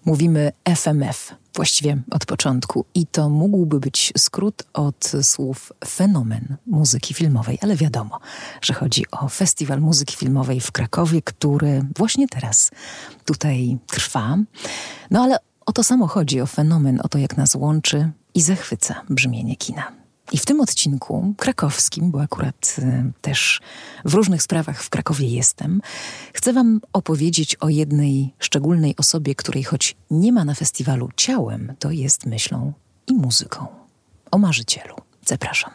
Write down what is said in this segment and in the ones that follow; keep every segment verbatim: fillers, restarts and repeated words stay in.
Mówimy F M F, właściwie od początku, i to mógłby być skrót od słów fenomen muzyki filmowej, ale wiadomo, że chodzi o Festiwal Muzyki Filmowej w Krakowie, który właśnie teraz tutaj trwa. No ale o to samo chodzi, o fenomen, o to, jak nas łączy i zachwyca brzmienie kina. I w tym odcinku krakowskim, bo akurat y, też w różnych sprawach w Krakowie jestem, chcę wam opowiedzieć o jednej szczególnej osobie, której choć nie ma na festiwalu ciałem, to jest myślą i muzyką. O marzycielu. Zapraszam.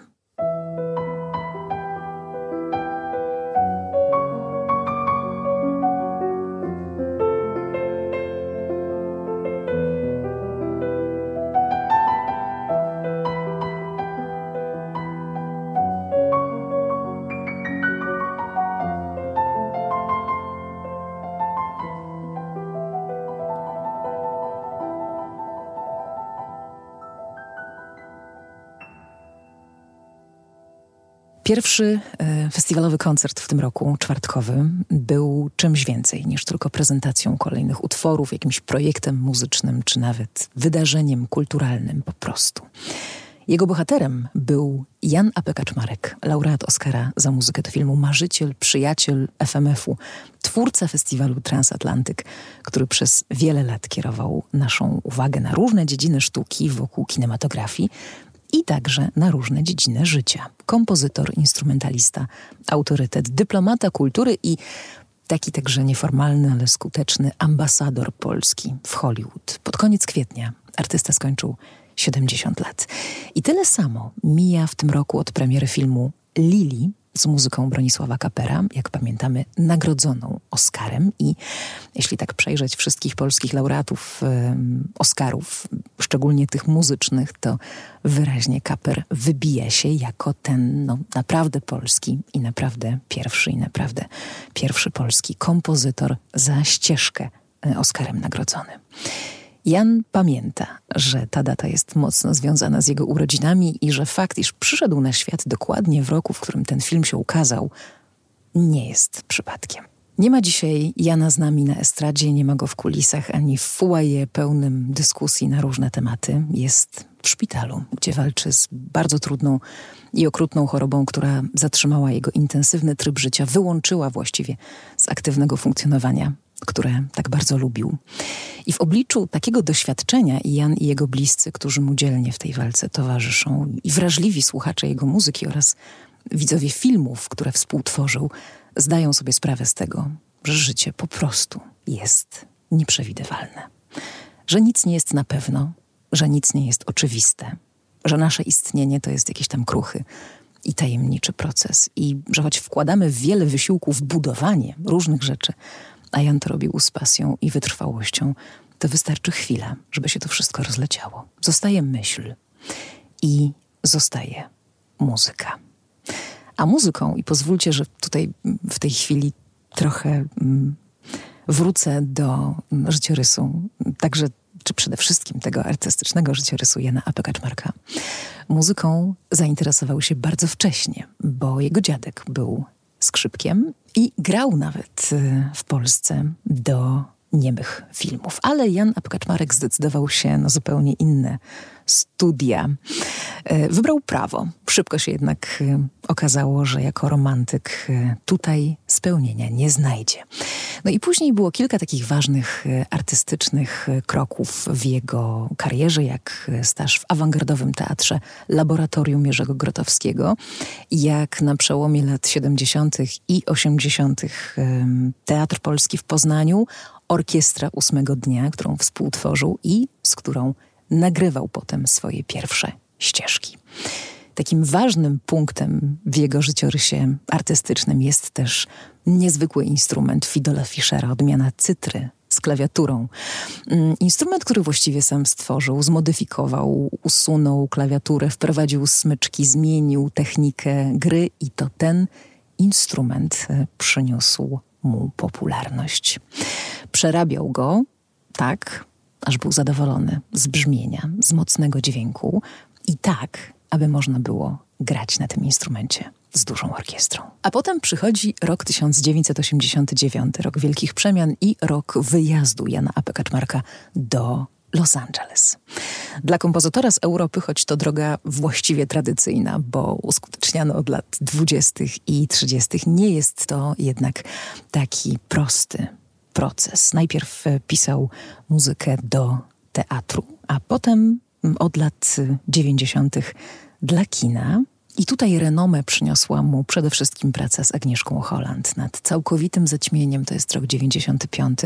Pierwszy e, festiwalowy koncert w tym roku, czwartkowy, był czymś więcej niż tylko prezentacją kolejnych utworów, jakimś projektem muzycznym, czy nawet wydarzeniem kulturalnym po prostu. Jego bohaterem był Jan A P Kaczmarek, laureat Oscara za muzykę do filmu Marzyciel, przyjaciel F M F-u, twórca festiwalu Transatlantyk, który przez wiele lat kierował naszą uwagę na różne dziedziny sztuki wokół kinematografii, i także na różne dziedziny życia. Kompozytor, instrumentalista, autorytet, dyplomata kultury i taki także nieformalny, ale skuteczny ambasador Polski w Hollywood. Pod koniec kwietnia artysta skończył siedemdziesiąt lat. I tyle samo mija w tym roku od premiery filmu Lili z muzyką Bronisława Kapera, jak pamiętamy, nagrodzoną Oscarem. I jeśli tak przejrzeć wszystkich polskich laureatów um, Oscarów, szczególnie tych muzycznych, to wyraźnie Kaper wybija się jako ten no, naprawdę polski i naprawdę pierwszy i naprawdę pierwszy polski kompozytor za ścieżkę Oscarem nagrodzony. Jan pamięta, że ta data jest mocno związana z jego urodzinami i że fakt, iż przyszedł na świat dokładnie w roku, w którym ten film się ukazał, nie jest przypadkiem. Nie ma dzisiaj Jana z nami na estradzie, nie ma go w kulisach, ani w foyer pełnym dyskusji na różne tematy. Jest w szpitalu, gdzie walczy z bardzo trudną i okrutną chorobą, która zatrzymała jego intensywny tryb życia, wyłączyła właściwie z aktywnego funkcjonowania, które tak bardzo lubił. I w obliczu takiego doświadczenia i Jan i jego bliscy, którzy mu dzielnie w tej walce towarzyszą, i wrażliwi słuchacze jego muzyki oraz widzowie filmów, które współtworzył, zdają sobie sprawę z tego, że życie po prostu jest nieprzewidywalne. Że nic nie jest na pewno, że nic nie jest oczywiste, że nasze istnienie to jest jakiś tam kruchy i tajemniczy proces. I że choć wkładamy wiele wysiłku w budowanie różnych rzeczy, a Jan to robił z pasją i wytrwałością, to wystarczy chwila, żeby się to wszystko rozleciało. Zostaje myśl i zostaje muzyka. A muzyką, i pozwólcie, że tutaj w tej chwili trochę mm, wrócę do życiorysu, także czy przede wszystkim tego artystycznego życiorysu Jana A P Kaczmarka. Muzyką zainteresował się bardzo wcześnie, bo jego dziadek był skrzypkiem i grał nawet w Polsce do niemych filmów. Ale Jan A P Kaczmarek zdecydował się na zupełnie inne studia. Wybrał prawo. Szybko się jednak okazało, że jako romantyk tutaj spełnienia nie znajdzie. No i później było kilka takich ważnych artystycznych kroków w jego karierze, jak staż w awangardowym teatrze Laboratorium Jerzego Grotowskiego, jak na przełomie lat siedemdziesiątych i osiemdziesiątych Teatr Polski w Poznaniu, Orkiestra Ósmego Dnia, którą współtworzył i z którą nagrywał potem swoje pierwsze ścieżki. Takim ważnym punktem w jego życiorysie artystycznym jest też niezwykły instrument Fidola Fischera, odmiana cytry z klawiaturą. Instrument, który właściwie sam stworzył, zmodyfikował, usunął klawiaturę, wprowadził smyczki, zmienił technikę gry i to ten instrument przyniósł mu popularność. Przerabiał go tak, aż był zadowolony z brzmienia, z mocnego dźwięku i tak, aby można było grać na tym instrumencie z dużą orkiestrą. A potem przychodzi rok tysiąc dziewięćset osiemdziesiąty dziewiąty, rok wielkich przemian i rok wyjazdu Jana A P Kaczmarka do Los Angeles. Dla kompozytora z Europy, choć to droga właściwie tradycyjna, bo uskuteczniana od lat dwudziestych i trzydziestych, nie jest to jednak taki prosty proces. Najpierw pisał muzykę do teatru, a potem od lat dziewięćdziesiątych dla kina. I tutaj renomę przyniosła mu przede wszystkim praca z Agnieszką Holland nad Całkowitym zaćmieniem, to jest rok dziewięćdziesiąty piąty,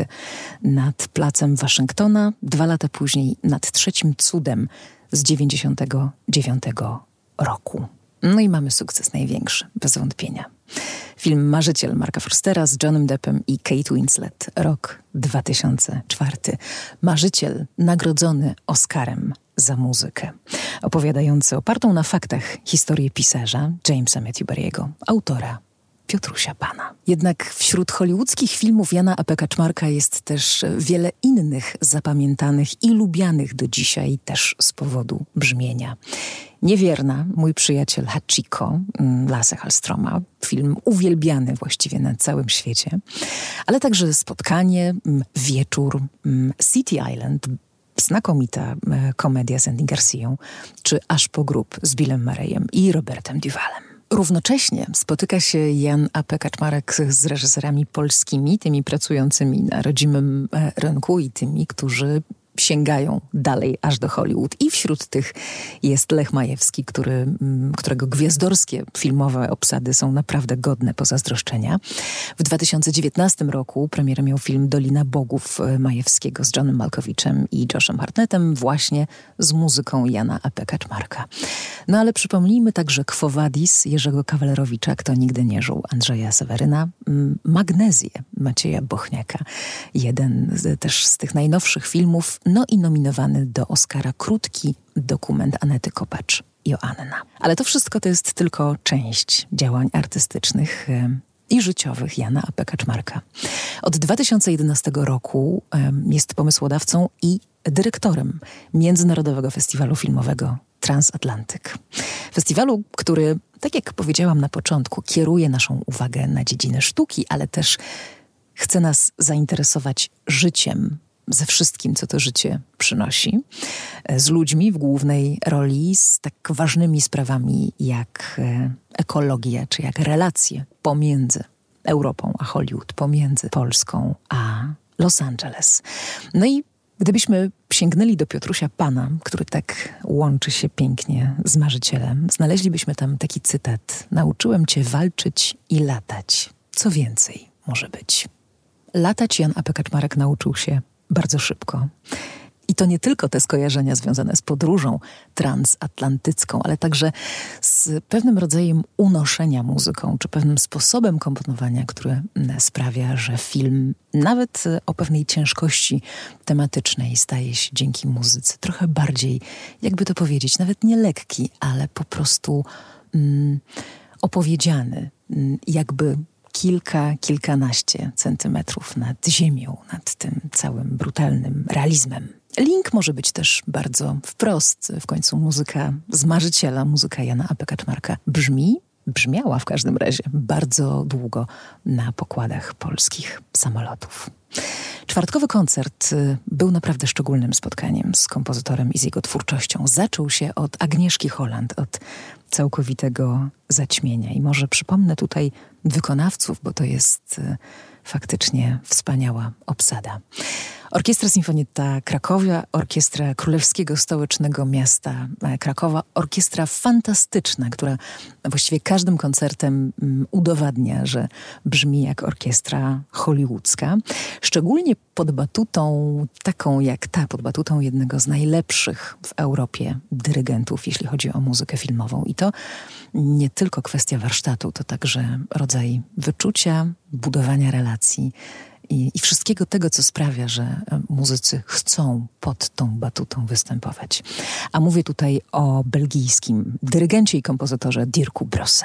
nad Placem Waszyngtona, dwa lata później nad Trzecim Cudem z dziewięćdziesiątego dziewiątego roku. No i mamy sukces największy, bez wątpienia. Film Marzyciel Marka Forstera z Johnnym Deppem i Kate Winslet, rok dwa tysiące czwarty. Marzyciel nagrodzony Oscarem za muzykę, opowiadający opartą na faktach historię pisarza Jamesa Matthew Barry'ego, autora Piotrusia Pana. Jednak wśród hollywoodzkich filmów Jana A P Kaczmarka jest też wiele innych zapamiętanych i lubianych do dzisiaj też z powodu brzmienia. Niewierna, Mój przyjaciel Hachiko, Lasse Hallströma, film uwielbiany właściwie na całym świecie, ale także Spotkanie, Wieczór, City Island, znakomita komedia z Andy Garcią, czy Aż po grób z Billem Murrayem i Robertem Duvalem. Równocześnie spotyka się Jan A P Kaczmarek z reżyserami polskimi, tymi pracującymi na rodzimym rynku i tymi, którzy sięgają dalej aż do Hollywood. I wśród tych jest Lech Majewski, który, którego gwiazdorskie filmowe obsady są naprawdę godne pozazdroszczenia. W dwa tysiące dziewiętnastym roku premierę miał film Dolina Bogów Majewskiego z Johnem Malkowiczem i Joshem Hartnettem, właśnie z muzyką Jana A P Kaczmarka. No ale przypomnijmy także Quo Vadis Jerzego Kawalerowicza, Kto nigdy nie żył Andrzeja Seweryna, Magnezję Macieja Bochniaka, jeden z, też z tych najnowszych filmów, no i nominowany do Oscara krótki dokument Anety Kopacz, Joanna. Ale to wszystko to jest tylko część działań artystycznych i życiowych Jana A P Kaczmarka. Od dwa tysiące jedenastego roku jest pomysłodawcą i dyrektorem Międzynarodowego Festiwalu Filmowego Transatlantyk. Festiwalu, który, tak jak powiedziałam na początku, kieruje naszą uwagę na dziedzinę sztuki, ale też chce nas zainteresować życiem, ze wszystkim, co to życie przynosi, z ludźmi w głównej roli, z tak ważnymi sprawami jak ekologia, czy jak relacje pomiędzy Europą a Hollywood, pomiędzy Polską a Los Angeles. No i gdybyśmy sięgnęli do Piotrusia Pana, który tak łączy się pięknie z Marzycielem, znaleźlibyśmy tam taki cytat: nauczyłem cię walczyć i latać. Co więcej może być? Latać Jan A P Kaczmarek nauczył się bardzo szybko. I to nie tylko te skojarzenia związane z podróżą transatlantycką, ale także z pewnym rodzajem unoszenia muzyką, czy pewnym sposobem komponowania, który sprawia, że film nawet o pewnej ciężkości tematycznej staje się dzięki muzyce trochę bardziej, jakby to powiedzieć, nawet nie lekki, ale po prostu mm, opowiedziany, jakby kilka, kilkanaście centymetrów nad ziemią, nad tym całym brutalnym realizmem. Link może być też bardzo wprost. W końcu muzyka z Marzyciela, muzyka Jana A P Kaczmarka brzmi, brzmiała w każdym razie bardzo długo na pokładach polskich samolotów. Czwartkowy koncert był naprawdę szczególnym spotkaniem z kompozytorem i z jego twórczością. Zaczął się od Agnieszki Holland, od Całkowitego zaćmienia. I może przypomnę tutaj wykonawców, bo to jest faktycznie wspaniała obsada. Orkiestra Sinfonietta Krakowia, Orkiestra Królewskiego Stołecznego Miasta Krakowa, orkiestra fantastyczna, która właściwie każdym koncertem udowadnia, że brzmi jak orkiestra hollywoodzka. Szczególnie pod batutą, taką jak ta, pod batutą jednego z najlepszych w Europie dyrygentów, jeśli chodzi o muzykę filmową. I to nie tylko kwestia warsztatu, to także rodzaj wyczucia, budowania relacji, I, i wszystkiego tego, co sprawia, że muzycy chcą pod tą batutą występować. A mówię tutaj o belgijskim dyrygencie i kompozytorze Dirku Brosse.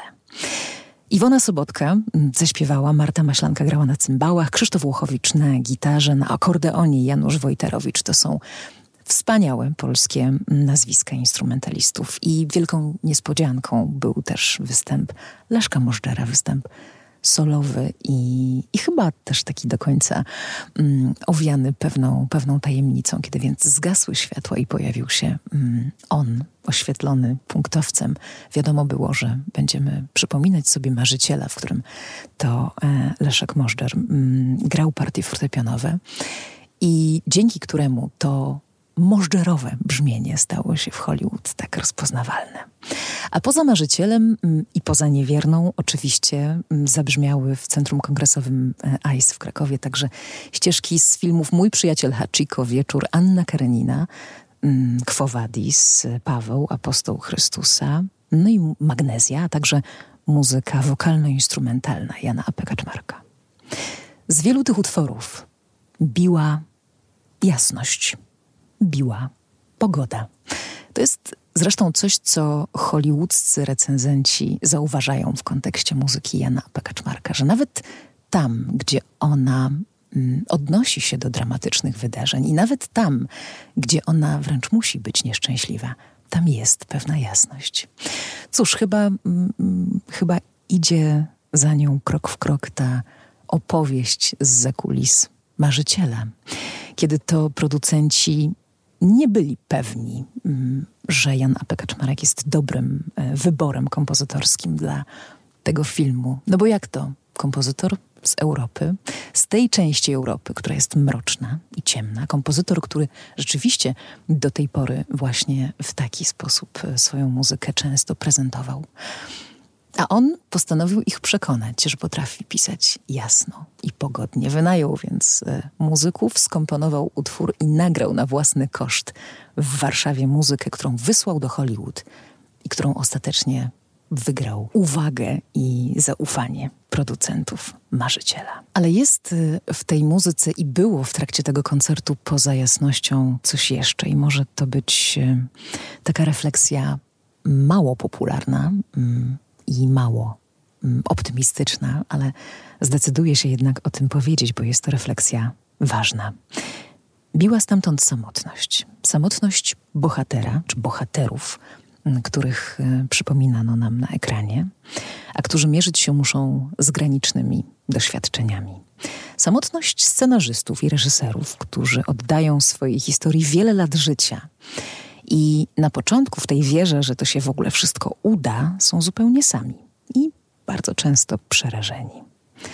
Iwona Sobotka zaśpiewała, Marta Maślanka grała na cymbałach, Krzysztof Łochowicz na gitarze, na akordeonie, Janusz Wojterowicz. To są wspaniałe polskie nazwiska instrumentalistów. I wielką niespodzianką był też występ Leszka Możdżera, występ solowy i, i chyba też taki do końca um, owiany pewną, pewną tajemnicą. Kiedy więc zgasły światła i pojawił się um, on, oświetlony punktowcem, wiadomo było, że będziemy przypominać sobie Marzyciela, w którym to e, Leszek Możdżer um, grał partie fortepianowe i dzięki któremu to możdżerowe brzmienie stało się w Hollywood tak rozpoznawalne. A poza Marzycielem i poza Niewierną oczywiście zabrzmiały w Centrum Kongresowym A I S w Krakowie także ścieżki z filmów Mój przyjaciel Hachiko, Wieczór, Anna Karenina, Quo Vadis, Paweł, Apostoł Chrystusa, no i Magnezja, a także muzyka wokalno-instrumentalna Jana A P. Kaczmarka. Z wielu tych utworów biła jasność, biła pogoda. To jest zresztą coś, co hollywoodzcy recenzenci zauważają w kontekście muzyki Jana A P. Kaczmarka, że nawet tam, gdzie ona mm, odnosi się do dramatycznych wydarzeń i nawet tam, gdzie ona wręcz musi być nieszczęśliwa, tam jest pewna jasność. Cóż, chyba, mm, chyba idzie za nią krok w krok ta opowieść zza kulis Marzyciela, kiedy to producenci nie byli pewni, że Jan A P. Kaczmarek jest dobrym wyborem kompozytorskim dla tego filmu. No bo jak to? Kompozytor z Europy, z tej części Europy, która jest mroczna i ciemna. Kompozytor, który rzeczywiście do tej pory właśnie w taki sposób swoją muzykę często prezentował. A on postanowił ich przekonać, że potrafi pisać jasno i pogodnie. Wynajął więc e, muzyków, skomponował utwór i nagrał na własny koszt w Warszawie muzykę, którą wysłał do Hollywood i którą ostatecznie wygrał uwagę i zaufanie producentów Marzyciela. Ale jest e, w tej muzyce i było w trakcie tego koncertu poza jasnością coś jeszcze i może to być e, taka refleksja mało popularna, mm, i mało mm, optymistyczna, ale zdecyduję się jednak o tym powiedzieć, bo jest to refleksja ważna. Biła stamtąd samotność. Samotność bohatera, czy bohaterów, m, których y, przypominano nam na ekranie, a którzy mierzyć się muszą z granicznymi doświadczeniami. Samotność scenarzystów i reżyserów, którzy oddają swojej historii wiele lat życia, i na początku w tej wierze, że to się w ogóle wszystko uda, są zupełnie sami i bardzo często przerażeni.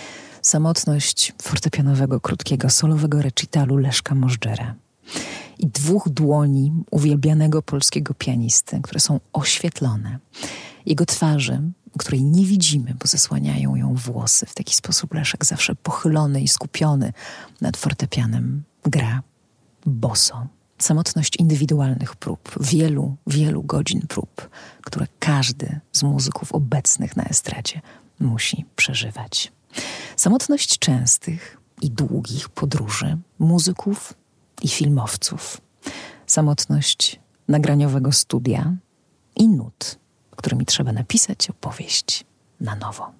Samotność fortepianowego, krótkiego, solowego recitalu Leszka Możdżera i dwóch dłoni uwielbianego polskiego pianisty, które są oświetlone. Jego twarzy, której nie widzimy, bo zasłaniają ją włosy. W taki sposób Leszek, zawsze pochylony i skupiony nad fortepianem, gra boso. Samotność indywidualnych prób, wielu, wielu godzin prób, które każdy z muzyków obecnych na estradzie musi przeżywać. Samotność częstych i długich podróży muzyków i filmowców. Samotność nagraniowego studia i nut, którymi trzeba napisać opowieść na nowo.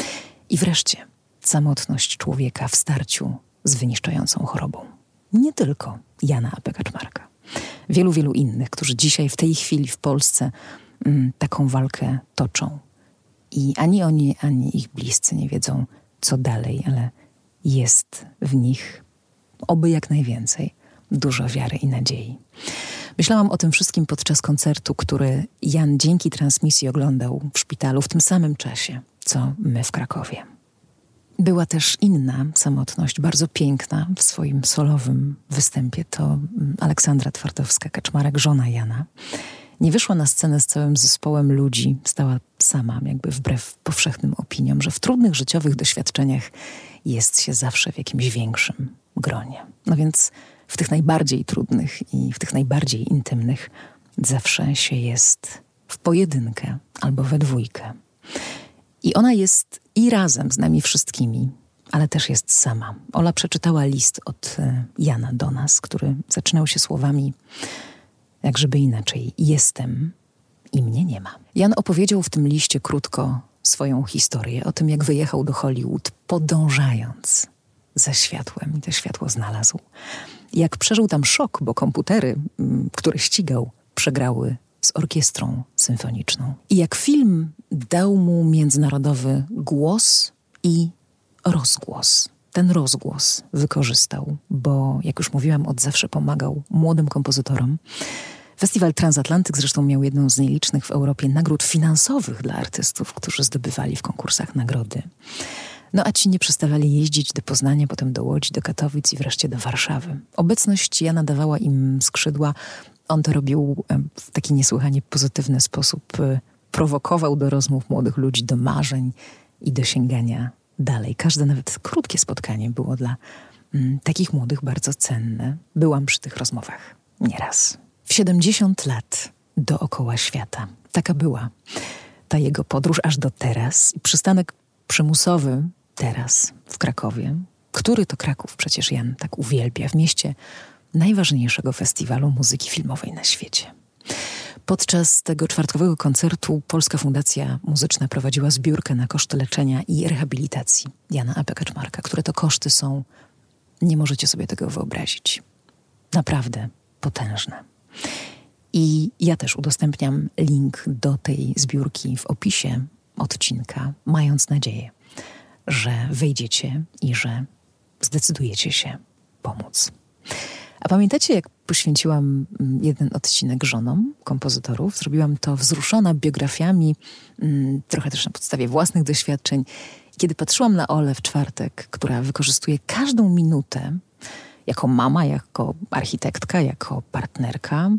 I wreszcie samotność człowieka w starciu z wyniszczającą chorobą. Nie tylko Jana A P. Kaczmarka. Wielu, wielu innych, którzy dzisiaj w tej chwili w Polsce mm, taką walkę toczą. I ani oni, ani ich bliscy nie wiedzą, co dalej, ale jest w nich, oby jak najwięcej, dużo wiary i nadziei. Myślałam o tym wszystkim podczas koncertu, który Jan dzięki transmisji oglądał w szpitalu w tym samym czasie, co my w Krakowie. Była też inna samotność, bardzo piękna w swoim solowym występie. To Aleksandra Twardowska-Kaczmarek, żona Jana. Nie wyszła na scenę z całym zespołem ludzi, stała sama, jakby wbrew powszechnym opiniom, że w trudnych życiowych doświadczeniach jest się zawsze w jakimś większym gronie. No więc w tych najbardziej trudnych i w tych najbardziej intymnych zawsze się jest w pojedynkę albo we dwójkę. I ona jest i razem z nami wszystkimi, ale też jest sama. Ola przeczytała list od Jana do nas, który zaczynał się słowami, jak żeby inaczej, jestem i mnie nie ma. Jan opowiedział w tym liście krótko swoją historię o tym, jak wyjechał do Hollywood, podążając za światłem i to światło znalazł. Jak przeżył tam szok, bo komputery, które ścigał, przegrały z orkiestrą symfoniczną. I jak film dał mu międzynarodowy głos i rozgłos. Ten rozgłos wykorzystał, bo jak już mówiłam, od zawsze pomagał młodym kompozytorom. Festiwal Transatlantyk zresztą miał jedną z nielicznych w Europie nagród finansowych dla artystów, którzy zdobywali w konkursach nagrody. No a ci nie przestawali jeździć do Poznania, potem do Łodzi, do Katowic i wreszcie do Warszawy. Obecność Jana dawała im skrzydła. On to robił w taki niesłychanie pozytywny sposób. Prowokował do rozmów młodych ludzi, do marzeń i do sięgania dalej. Każde, nawet krótkie spotkanie było dla mm, takich młodych bardzo cenne. Byłam przy tych rozmowach nieraz. W siedemdziesiąt lat dookoła świata. Taka była ta jego podróż aż do teraz. I przystanek przymusowy teraz w Krakowie. Który to Kraków przecież Jan tak uwielbia, w mieście najważniejszego festiwalu muzyki filmowej na świecie. Podczas tego czwartkowego koncertu Polska Fundacja Muzyczna prowadziła zbiórkę na koszty leczenia i rehabilitacji Jana A P. Kaczmarka, które to koszty są, nie możecie sobie tego wyobrazić, naprawdę potężne. I ja też udostępniam link do tej zbiórki w opisie odcinka, mając nadzieję, że wyjdziecie i że zdecydujecie się pomóc. A pamiętacie, jak poświęciłam jeden odcinek żonom kompozytorów? Zrobiłam to wzruszona biografiami, trochę też na podstawie własnych doświadczeń. Kiedy patrzyłam na Olę w czwartek, która wykorzystuje każdą minutę jako mama, jako architektka, jako partnerka,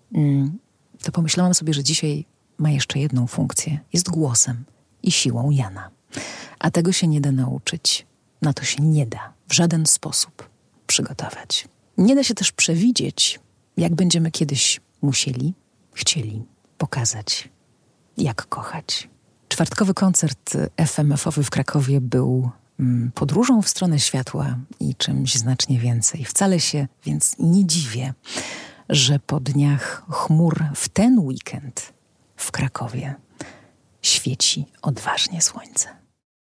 to pomyślałam sobie, że dzisiaj ma jeszcze jedną funkcję. Jest głosem i siłą Jana. A tego się nie da nauczyć. Na to się nie da w żaden sposób przygotować. Nie da się też przewidzieć, jak będziemy kiedyś musieli, chcieli pokazać, jak kochać. Czwartkowy koncert F M F-owy w Krakowie był mm, podróżą w stronę światła i czymś znacznie więcej. Wcale się więc nie dziwię, że po dniach chmur w ten weekend w Krakowie świeci odważnie słońce.